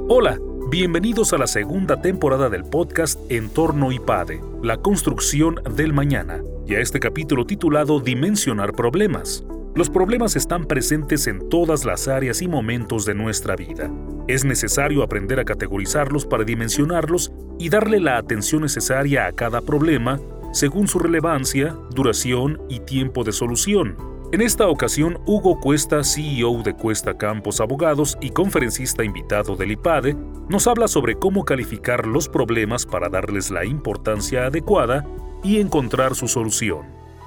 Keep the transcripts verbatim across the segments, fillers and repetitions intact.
Hola, bienvenidos a la segunda temporada del podcast Entorno IPADE, la construcción del mañana, y a este capítulo titulado Dimensionar problemas. Los problemas están presentes en todas las áreas y momentos de nuestra vida. Es necesario aprender a categorizarlos para dimensionarlos y darle la atención necesaria a cada problema según su relevancia, duración y tiempo de solución. En esta ocasión, Hugo Cuesta, C E O de Cuesta Campos Abogados y conferencista invitado del IPADE, nos habla sobre cómo calificar los problemas para darles la importancia adecuada y encontrar su solución.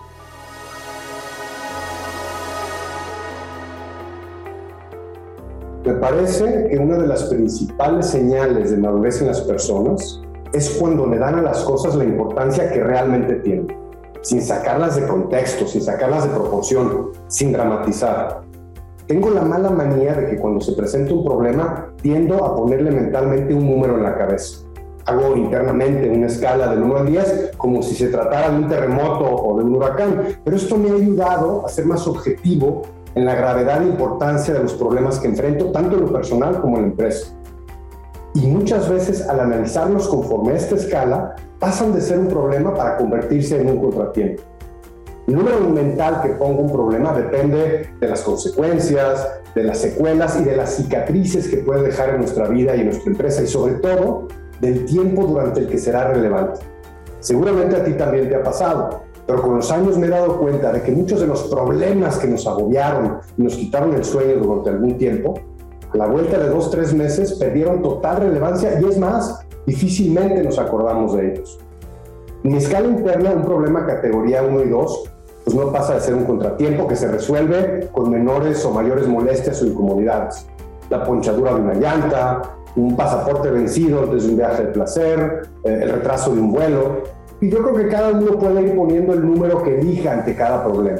Me parece que una de las principales señales de madurez en las personas es cuando le dan a las cosas la importancia que realmente tienen, sin sacarlas de contexto, sin sacarlas de proporción, sin dramatizar. Tengo la mala manía de que cuando se presenta un problema, tiendo a ponerle mentalmente un número en la cabeza. Hago internamente una escala del uno al diez como si se tratara de un terremoto o de un huracán, pero esto me ha ayudado a ser más objetivo en la gravedad e importancia de los problemas que enfrento, tanto en lo personal como en la empresa. Y muchas veces, al analizarlos conforme a esta escala, pasan de ser un problema para convertirse en un contratiempo. El número mental que pongo un problema depende de las consecuencias, de las secuelas y de las cicatrices que puede dejar en nuestra vida y en nuestra empresa, y sobre todo, del tiempo durante el que será relevante. Seguramente a ti también te ha pasado, pero con los años me he dado cuenta de que muchos de los problemas que nos agobiaron y nos quitaron el sueño durante algún tiempo, a la vuelta de dos, tres meses perdieron total relevancia y es más, difícilmente nos acordamos de ellos. En mi escala interna, un problema categoría uno y dos, pues no pasa de ser un contratiempo que se resuelve con menores o mayores molestias o incomodidades. La ponchadura de una llanta, un pasaporte vencido antes de un viaje de placer, eh, el retraso de un vuelo. Y yo creo que cada uno puede ir poniendo el número que elija ante cada problema.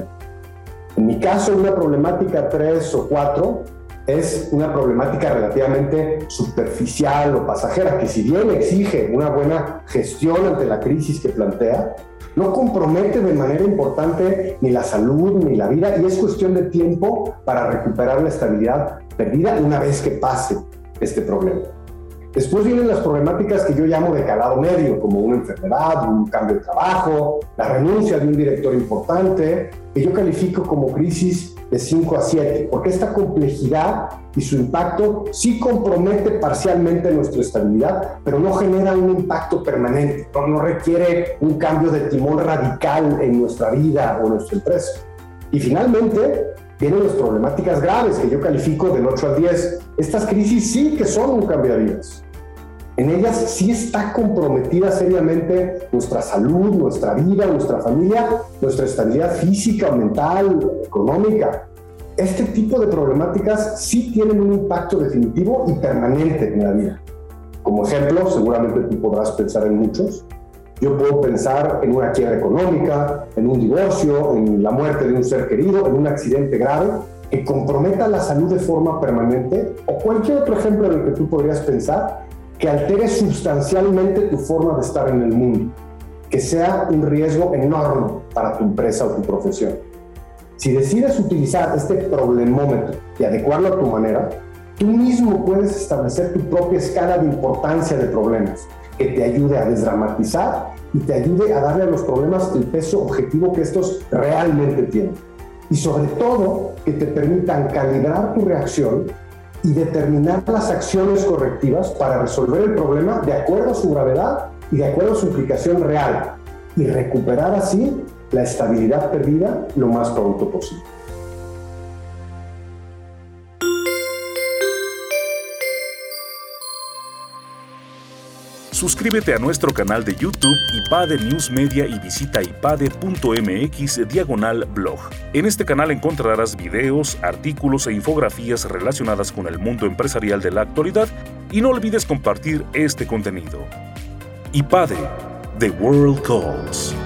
En mi caso, una problemática tres o cuatro es una problemática relativamente superficial o pasajera, que si bien exige una buena gestión ante la crisis que plantea, no compromete de manera importante ni la salud ni la vida, y es cuestión de tiempo para recuperar la estabilidad perdida una vez que pase este problema. Después vienen las problemáticas que yo llamo de calado medio, como una enfermedad, un cambio de trabajo, la renuncia de un director importante, que yo califico como crisis de cinco a siete, porque esta complejidad y su impacto sí compromete parcialmente nuestra estabilidad, pero no genera un impacto permanente, no, no requiere un cambio de timón radical en nuestra vida o en nuestra empresa. Y finalmente, vienen las problemáticas graves, que yo califico del ocho al diez. Estas crisis sí que son un cambiavidas. En ellas sí está comprometida seriamente nuestra salud, nuestra vida, nuestra familia, nuestra estabilidad física, mental, económica. Este tipo de problemáticas sí tienen un impacto definitivo y permanente en la vida. Como ejemplo, seguramente tú podrás pensar en muchos. Yo puedo pensar en una quiebra económica, en un divorcio, en la muerte de un ser querido, en un accidente grave que comprometa la salud de forma permanente, o cualquier otro ejemplo en el que tú podrías pensar que altere sustancialmente tu forma de estar en el mundo, que sea un riesgo enorme para tu empresa o tu profesión. Si decides utilizar este problemómetro y adecuarlo a tu manera, tú mismo puedes establecer tu propia escala de importancia de problemas, que te ayude a desdramatizar y te ayude a darle a los problemas el peso objetivo que estos realmente tienen. Y sobre todo, que te permitan calibrar tu reacción y determinar las acciones correctivas para resolver el problema de acuerdo a su gravedad y de acuerdo a su implicación real, y recuperar así la estabilidad perdida lo más pronto posible. Suscríbete a nuestro canal de YouTube IPADE News Media y visita ipade punto mx diagonal blog. En este canal encontrarás videos, artículos e infografías relacionadas con el mundo empresarial de la actualidad, y no olvides compartir este contenido. IPADE, The World Calls.